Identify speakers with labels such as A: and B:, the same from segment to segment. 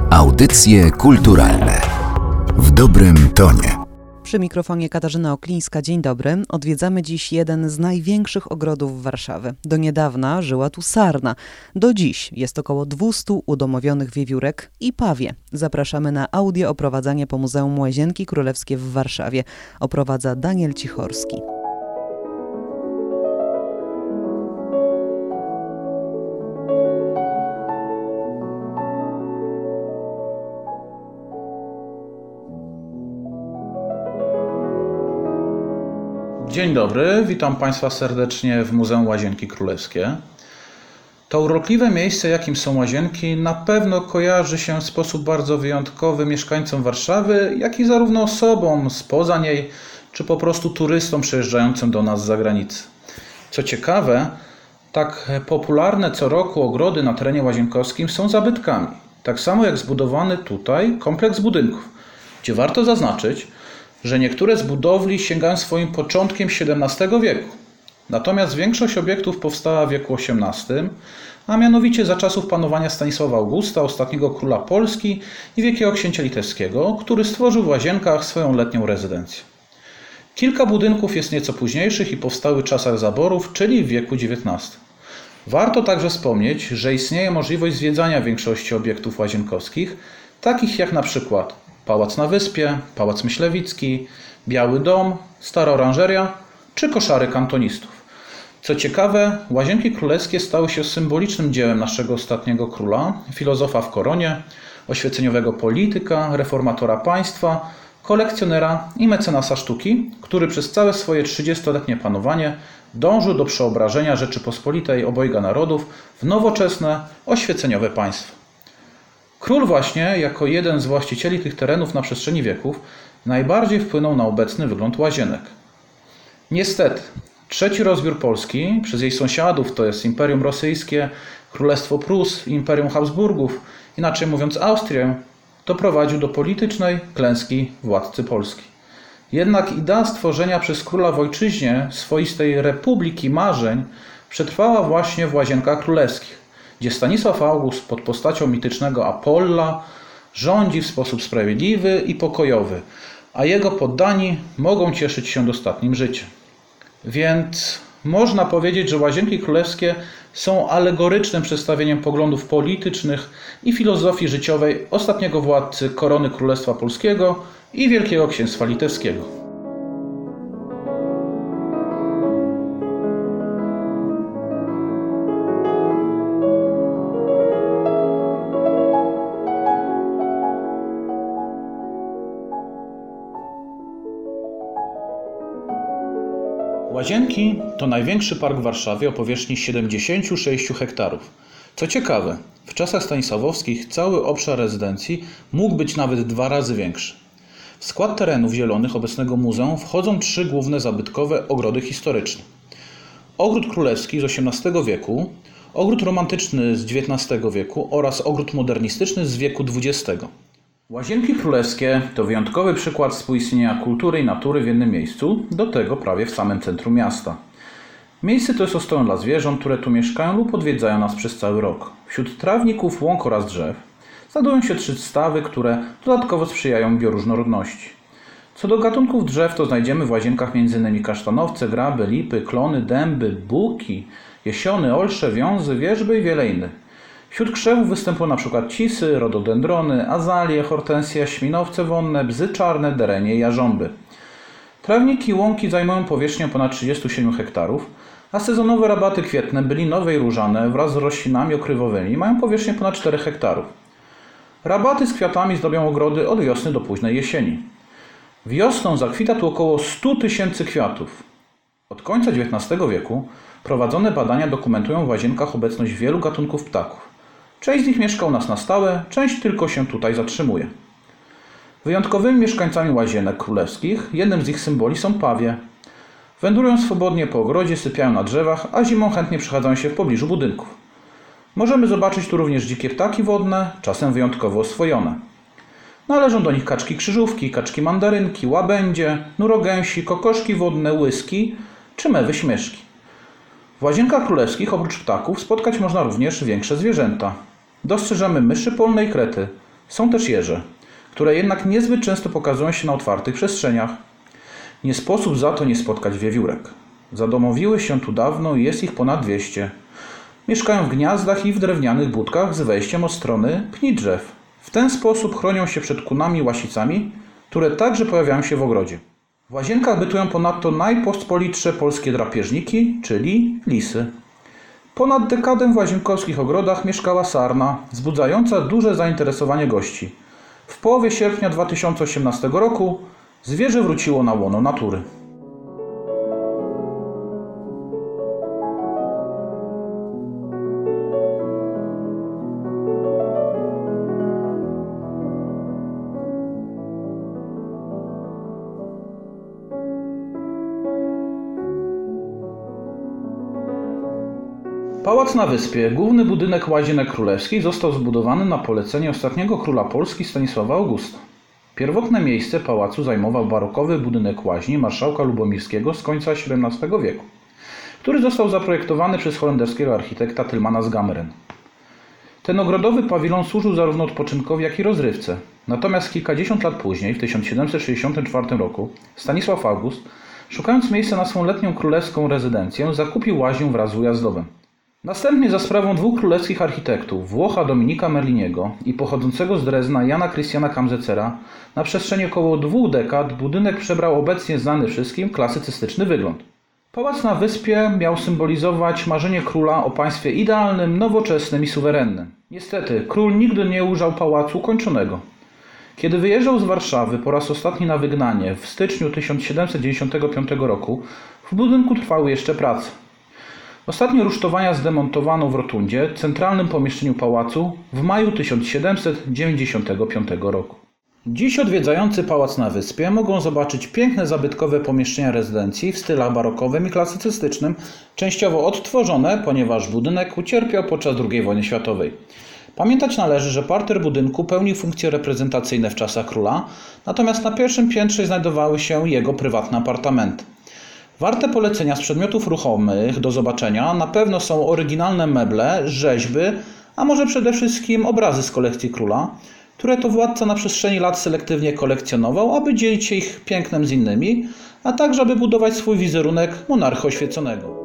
A: Audycje kulturalne w dobrym tonie.
B: Przy mikrofonie Katarzyna Oklińska. Dzień dobry. Odwiedzamy dziś jeden z największych ogrodów Warszawy. Do niedawna żyła tu sarna. Do dziś jest około 200 udomowionych wiewiórek i pawie. Zapraszamy na audio oprowadzanie po Muzeum Łazienki Królewskie w Warszawie. Oprowadza Daniel Cichorski.
C: Dzień dobry, witam Państwa serdecznie w Muzeum Łazienki Królewskie. To urokliwe miejsce, jakim są łazienki, na pewno kojarzy się w sposób bardzo wyjątkowy mieszkańcom Warszawy, jak i zarówno osobom spoza niej, czy po prostu turystom przyjeżdżającym do nas z zagranicy. Co ciekawe, tak popularne co roku ogrody na terenie łazienkowskim są zabytkami. Tak samo jak zbudowany tutaj kompleks budynków, gdzie warto zaznaczyć, że niektóre z budowli sięgają swoim początkiem XVII wieku. Natomiast większość obiektów powstała w wieku XVIII, a mianowicie za czasów panowania Stanisława Augusta, ostatniego króla Polski i wielkiego księcia litewskiego, który stworzył w Łazienkach swoją letnią rezydencję. Kilka budynków jest nieco późniejszych i powstały w czasach zaborów, czyli w wieku XIX. Warto także wspomnieć, że istnieje możliwość zwiedzania większości obiektów łazienkowskich, takich jak na przykład Pałac na Wyspie, Pałac Myślewicki, Biały Dom, Stara Oranżeria czy koszary kantonistów. Co ciekawe, Łazienki Królewskie stały się symbolicznym dziełem naszego ostatniego króla, filozofa w koronie, oświeceniowego polityka, reformatora państwa, kolekcjonera i mecenasa sztuki, który przez całe swoje 30-letnie panowanie dążył do przeobrażenia Rzeczypospolitej obojga narodów w nowoczesne, oświeceniowe państwo. Król właśnie, jako jeden z właścicieli tych terenów na przestrzeni wieków, najbardziej wpłynął na obecny wygląd łazienek. Niestety, trzeci rozbiór Polski przez jej sąsiadów, to jest Imperium Rosyjskie, Królestwo Prus i Imperium Habsburgów, inaczej mówiąc Austrię, doprowadził do politycznej klęski władcy Polski. Jednak idea stworzenia przez króla w ojczyźnie swoistej republiki marzeń przetrwała właśnie w Łazienkach Królewskich, gdzie Stanisław August pod postacią mitycznego Apolla rządzi w sposób sprawiedliwy i pokojowy, a jego poddani mogą cieszyć się dostatnim życiem. Więc można powiedzieć, że Łazienki Królewskie są alegorycznym przedstawieniem poglądów politycznych i filozofii życiowej ostatniego władcy korony Królestwa Polskiego i Wielkiego Księstwa Litewskiego. Łazienki to największy park w Warszawie o powierzchni 76 hektarów. Co ciekawe, w czasach stanisławowskich cały obszar rezydencji mógł być nawet 2 razy większy. W skład terenów zielonych obecnego muzeum wchodzą 3 główne zabytkowe ogrody historyczne. Ogród królewski z XVIII wieku, ogród romantyczny z XIX wieku oraz ogród modernistyczny z wieku XX. Łazienki Królewskie to wyjątkowy przykład współistnienia kultury i natury w jednym miejscu, do tego prawie w samym centrum miasta. Miejsce to jest ostoją dla zwierząt, które tu mieszkają lub odwiedzają nas przez cały rok. Wśród trawników, łąk oraz drzew znajdują się 3 stawy, które dodatkowo sprzyjają bioróżnorodności. Co do gatunków drzew, to znajdziemy w Łazienkach m.in. kasztanowce, graby, lipy, klony, dęby, buki, jesiony, olsze, wiązy, wierzby i wiele innych. Wśród krzewów występują np. cisy, rododendrony, azalie, hortensje, śminowce wonne, bzy czarne, derenie i jarząby. Trawniki i łąki zajmują powierzchnię ponad 37 hektarów, a sezonowe rabaty kwietne, bylinowe i różane wraz z roślinami okrywowymi mają powierzchnię ponad 4 hektarów. Rabaty z kwiatami zdobią ogrody od wiosny do późnej jesieni. Wiosną zakwita tu około 100 000 kwiatów. Od końca XIX wieku prowadzone badania dokumentują w Łazienkach obecność wielu gatunków ptaków. Część z nich mieszka u nas na stałe, część tylko się tutaj zatrzymuje. Wyjątkowymi mieszkańcami Łazienek Królewskich, jednym z ich symboli są pawie. Wędrują swobodnie po ogrodzie, sypiają na drzewach, a zimą chętnie przechadzają się w pobliżu budynków. Możemy zobaczyć tu również dzikie ptaki wodne, czasem wyjątkowo oswojone. Należą do nich kaczki krzyżówki, kaczki mandarynki, łabędzie, nurogęsi, kokoszki wodne, łyski czy mewy śmieszki. W Łazienkach Królewskich oprócz ptaków spotkać można również większe zwierzęta. Dostrzeżemy myszy polne i krety, Są też jeże, które jednak niezbyt często pokazują się na otwartych przestrzeniach. Nie sposób za to nie spotkać wiewiórek. Zadomowiły się tu dawno i jest ich ponad 200. Mieszkają w gniazdach i w drewnianych budkach z wejściem od strony pni drzew. W ten sposób chronią się przed kunami i łasicami, które także pojawiają się w ogrodzie. W łazienkach bytują ponadto najpospolitsze polskie drapieżniki, czyli lisy. Ponad dekadę w łazienkowskich ogrodach mieszkała sarna, wzbudzająca duże zainteresowanie gości. W połowie sierpnia 2018 roku zwierzę wróciło na łono natury. Pałac na Wyspie, główny budynek Łazienek Królewskich, został zbudowany na polecenie ostatniego króla Polski Stanisława Augusta. Pierwotne miejsce pałacu zajmował barokowy budynek łaźni marszałka lubomirskiego z końca XVII wieku, który został zaprojektowany przez holenderskiego architekta Tillmana z Gameren. Ten ogrodowy pawilon służył zarówno odpoczynkowi, jak i rozrywce. Natomiast kilkadziesiąt lat później, w 1764 roku, Stanisław August, szukając miejsca na swą letnią królewską rezydencję, zakupił łaźnię wraz z ujazdowem. Następnie za sprawą dwóch królewskich architektów, Włocha Dominika Merliniego i pochodzącego z Drezna Jana Christiana Kamzecera, na przestrzeni około 2 dekad budynek przybrał obecnie znany wszystkim klasycystyczny wygląd. Pałac na Wyspie miał symbolizować marzenie króla o państwie idealnym, nowoczesnym i suwerennym. Niestety, król nigdy nie ujrzał pałacu ukończonego. Kiedy wyjeżdżał z Warszawy po raz ostatni na wygnanie w styczniu 1795 roku, w budynku trwały jeszcze prace. Ostatnie rusztowania zdemontowano w rotundzie, centralnym pomieszczeniu pałacu, w maju 1795 roku. Dziś odwiedzający Pałac na Wyspie mogą zobaczyć piękne zabytkowe pomieszczenia rezydencji w stylach barokowym i klasycystycznym, częściowo odtworzone, ponieważ budynek ucierpiał podczas II wojny światowej. Pamiętać należy, że parter budynku pełnił funkcje reprezentacyjne w czasach króla, natomiast na pierwszym piętrze znajdowały się jego prywatne apartamenty. Warte polecenia z przedmiotów ruchomych do zobaczenia na pewno są oryginalne meble, rzeźby, a może przede wszystkim obrazy z kolekcji króla, które to władca na przestrzeni lat selektywnie kolekcjonował, aby dzielić się ich pięknem z innymi, a także aby budować swój wizerunek monarchy oświeconego.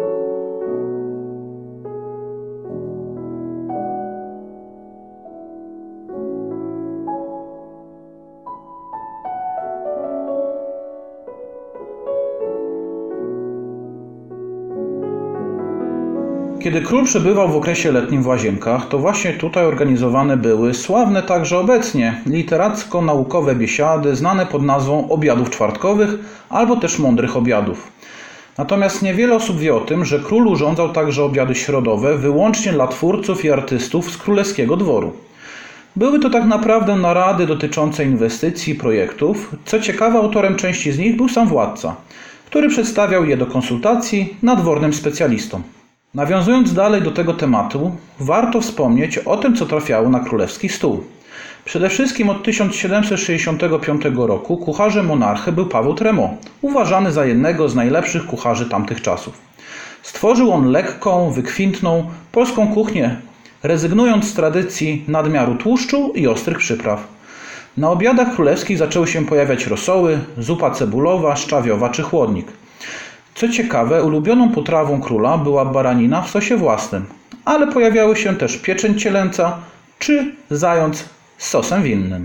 C: Kiedy król przebywał w okresie letnim w Łazienkach, to właśnie tutaj organizowane były sławne także obecnie literacko-naukowe biesiady znane pod nazwą obiadów czwartkowych albo też mądrych obiadów. Natomiast niewiele osób wie o tym, że król urządzał także obiady środowe wyłącznie dla twórców i artystów z królewskiego dworu. Były to tak naprawdę narady dotyczące inwestycji i projektów. Co ciekawe, autorem części z nich był sam władca, który przedstawiał je do konsultacji nadwornym specjalistom. Nawiązując dalej do tego tematu, warto wspomnieć o tym, co trafiało na królewski stół. Przede wszystkim od 1765 roku kucharzem monarchy był Paweł Tremont, uważany za jednego z najlepszych kucharzy tamtych czasów. Stworzył on lekką, wykwintną, polską kuchnię, rezygnując z tradycji nadmiaru tłuszczu i ostrych przypraw. Na obiadach królewskich zaczęły się pojawiać rosoły, zupa cebulowa, szczawiowa czy chłodnik. Co ciekawe, ulubioną potrawą króla była baranina w sosie własnym, ale pojawiały się też pieczeń cielęca czy zając z sosem winnym.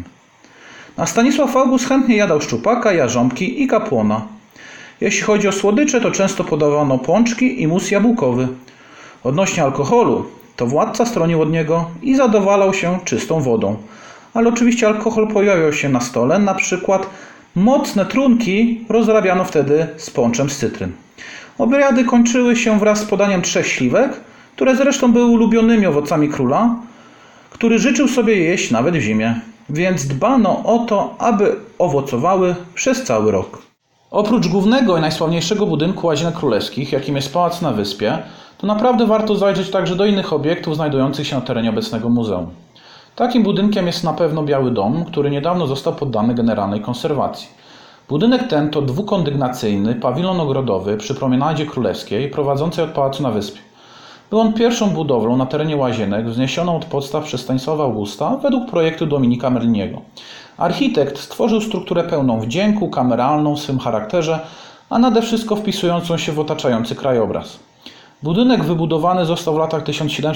C: A Stanisław August chętnie jadał szczupaka, jarząbki i kapłona. Jeśli chodzi o słodycze, to często podawano pączki i mus jabłkowy. Odnośnie alkoholu, to władca stronił od niego i zadowalał się czystą wodą. Ale oczywiście alkohol pojawiał się na stole, na przykład mocne trunki rozrabiano wtedy z ponczem z cytryn. Obiady kończyły się wraz z podaniem 3 śliwek, które zresztą były ulubionymi owocami króla, który życzył sobie je jeść nawet w zimie, więc dbano o to, aby owocowały przez cały rok. Oprócz głównego i najsławniejszego budynku Łazienek Królewskich, jakim jest Pałac na Wyspie, to naprawdę warto zajrzeć także do innych obiektów znajdujących się na terenie obecnego muzeum. Takim budynkiem jest na pewno Biały Dom, który niedawno został poddany generalnej konserwacji. Budynek ten to dwukondygnacyjny pawilon ogrodowy przy promenadzie królewskiej prowadzącej od Pałacu na Wyspie. Był on pierwszą budowlą na terenie Łazienek wzniesioną od podstaw przez Stanisława Augusta według projektu Dominika Merliniego. Architekt stworzył strukturę pełną wdzięku, kameralną w swym charakterze, a nade wszystko wpisującą się w otaczający krajobraz. Budynek wybudowany został w latach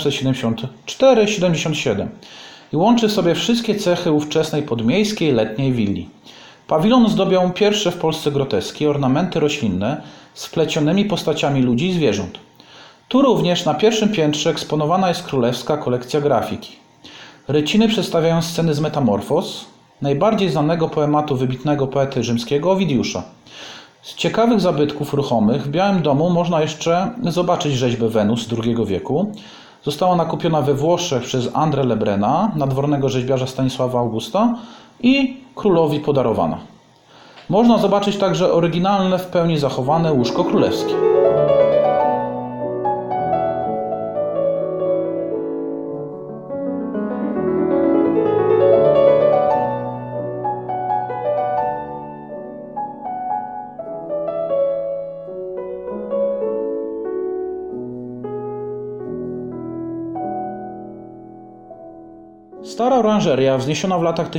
C: 1774-77 i łączy w sobie wszystkie cechy ówczesnej podmiejskiej letniej willi. Pawilon zdobią pierwsze w Polsce groteski, ornamenty roślinne z wplecionymi postaciami ludzi i zwierząt. Tu również na pierwszym piętrze eksponowana jest królewska kolekcja grafiki. Ryciny przedstawiają sceny z Metamorfoz, najbardziej znanego poematu wybitnego poety rzymskiego Owidiusza. Z ciekawych zabytków ruchomych w Białym Domu można jeszcze zobaczyć rzeźbę Wenus z II wieku. Została nakupiona we Włoszech przez André Lebrena, nadwornego rzeźbiarza Stanisława Augusta, i królowi podarowana. Można zobaczyć także oryginalne, w pełni zachowane łóżko królewskie. Stara oranżeria, wzniesiona w latach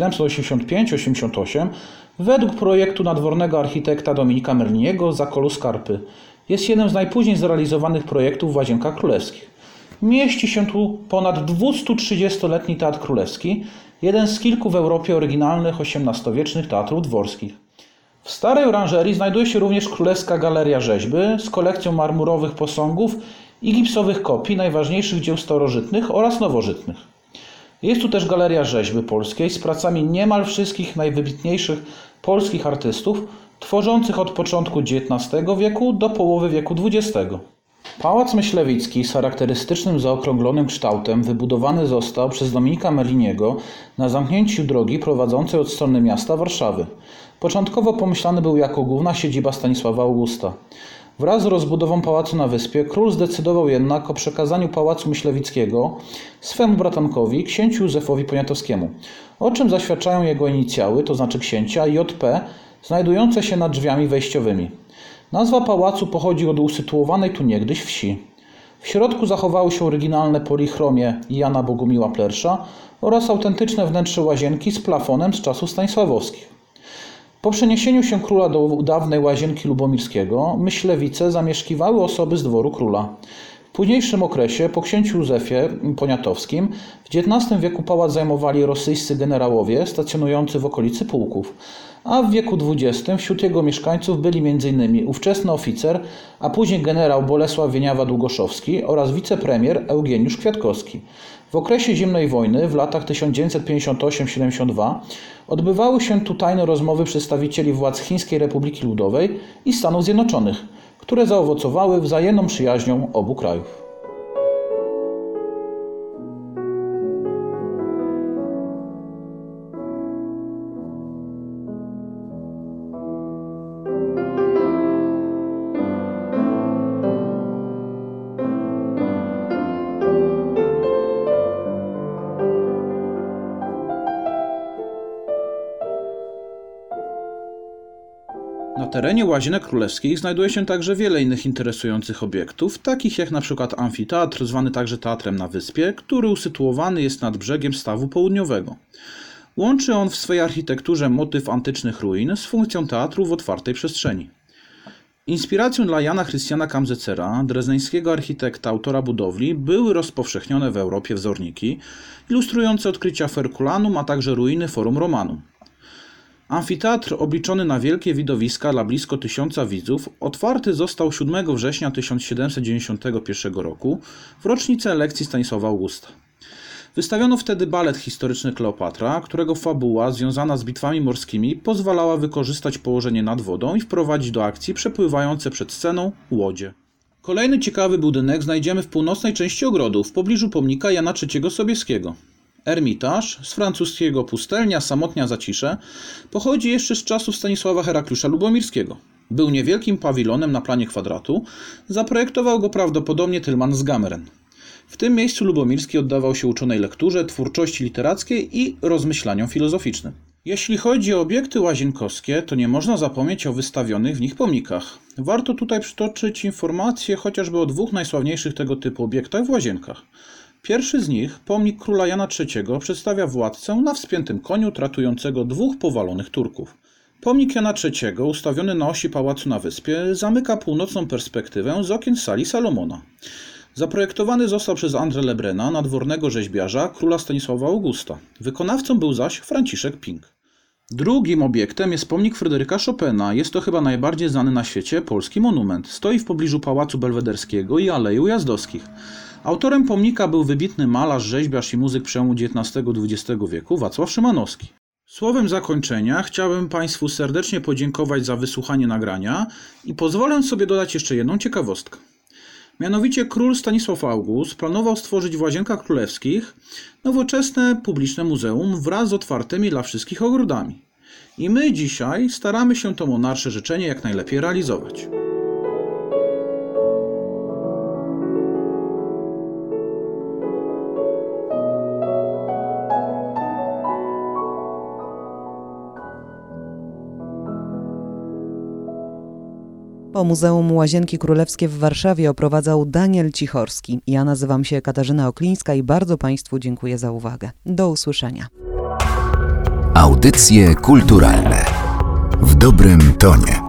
C: 1785-88 według projektu nadwornego architekta Dominika Merliniego z Zakolu Skarpy, jest jednym z najpóźniej zrealizowanych projektów w Łazienkach Królewskich. Mieści się tu ponad 230-letni Teatr Królewski, jeden z kilku w Europie oryginalnych XVIII-wiecznych teatrów dworskich. W starej oranżerii znajduje się również Królewska Galeria Rzeźby z kolekcją marmurowych posągów i gipsowych kopii najważniejszych dzieł starożytnych oraz nowożytnych. Jest tu też Galeria Rzeźby Polskiej z pracami niemal wszystkich najwybitniejszych polskich artystów, tworzących od początku XIX wieku do połowy wieku XX. Pałac Myślewicki z charakterystycznym zaokrąglonym kształtem wybudowany został przez Dominika Merliniego na zamknięciu drogi prowadzącej od strony miasta Warszawy. Początkowo pomyślany był jako główna siedziba Stanisława Augusta. Wraz z rozbudową pałacu na wyspie król zdecydował jednak o przekazaniu Pałacu Myślewickiego swemu bratankowi, księciu Józefowi Poniatowskiemu, o czym zaświadczają jego inicjały, to znaczy księcia JP, znajdujące się nad drzwiami wejściowymi. Nazwa pałacu pochodzi od usytuowanej tu niegdyś wsi. W środku zachowały się oryginalne polichromie Jana Bogumiła Plersza oraz autentyczne wnętrze łazienki z plafonem z czasów stanisławowskich. Po przeniesieniu się króla do dawnej Łazienki Lubomirskiego, Myślewice zamieszkiwały osoby z dworu króla. W późniejszym okresie, po księciu Józefie Poniatowskim, w XIX wieku pałac zajmowali rosyjscy generałowie stacjonujący w okolicy pułków, a w wieku XX wśród jego mieszkańców byli m.in. ówczesny oficer, a później generał Bolesław Wieniawa-Długoszowski oraz wicepremier Eugeniusz Kwiatkowski. W okresie zimnej wojny w latach 1958-72 odbywały się tu tajne rozmowy przedstawicieli władz Chińskiej Republiki Ludowej i Stanów Zjednoczonych, które zaowocowały wzajemną przyjaźnią obu krajów. Na terenie Łazienek Królewskich znajduje się także wiele innych interesujących obiektów, takich jak np. amfiteatr, zwany także Teatrem na Wyspie, który usytuowany jest nad brzegiem Stawu Południowego. Łączy on w swej architekturze motyw antycznych ruin z funkcją teatru w otwartej przestrzeni. Inspiracją dla Jana Chrystiana Kamzecera, drezdeńskiego architekta, autora budowli, były rozpowszechnione w Europie wzorniki ilustrujące odkrycia Ferculanum, a także ruiny Forum Romanum. Amfiteatr, obliczony na wielkie widowiska dla blisko 1000 widzów, otwarty został 7 września 1791 roku w rocznicę elekcji Stanisława Augusta. Wystawiono wtedy balet historyczny Kleopatra, którego fabuła związana z bitwami morskimi pozwalała wykorzystać położenie nad wodą i wprowadzić do akcji przepływające przed sceną łodzie. Kolejny ciekawy budynek znajdziemy w północnej części ogrodu, w pobliżu pomnika Jana III Sobieskiego. Ermitaż, z francuskiego pustelnia, samotnia, zacisze, pochodzi jeszcze z czasów Stanisława Herakliusza Lubomirskiego. Był niewielkim pawilonem na planie kwadratu, zaprojektował go prawdopodobnie Tylman z Gameren. W tym miejscu Lubomirski oddawał się uczonej lekturze, twórczości literackiej i rozmyślaniom filozoficznym. Jeśli chodzi o obiekty łazienkowskie, to nie można zapomnieć o wystawionych w nich pomnikach. Warto tutaj przytoczyć informacje chociażby o 2 najsławniejszych tego typu obiektach w Łazienkach. Pierwszy z nich, pomnik króla Jana III, przedstawia władcę na wspiętym koniu tratującego 2 powalonych Turków. Pomnik Jana III, ustawiony na osi pałacu na wyspie, zamyka północną perspektywę z okien sali Salomona. Zaprojektowany został przez André Lebrena, nadwornego rzeźbiarza króla Stanisława Augusta. Wykonawcą był zaś Franciszek Pink. Drugim obiektem jest pomnik Fryderyka Chopina. Jest to chyba najbardziej znany na świecie polski monument. Stoi w pobliżu Pałacu Belwederskiego i Alei Ujazdowskich. Autorem pomnika był wybitny malarz, rzeźbiarz i muzyk przełomu XIX-XX wieku Wacław Szymanowski. Słowem zakończenia chciałbym Państwu serdecznie podziękować za wysłuchanie nagrania i pozwolę sobie dodać jeszcze jedną ciekawostkę. Mianowicie król Stanisław August planował stworzyć w Łazienkach Królewskich nowoczesne publiczne muzeum wraz z otwartymi dla wszystkich ogrodami. I my dzisiaj staramy się to monarsze życzenie jak najlepiej realizować.
B: Po Muzeum Łazienki Królewskie w Warszawie oprowadzał Daniel Cichorski. Ja nazywam się Katarzyna Oklińska i bardzo Państwu dziękuję za uwagę. Do usłyszenia.
A: Audycje kulturalne w dobrym tonie.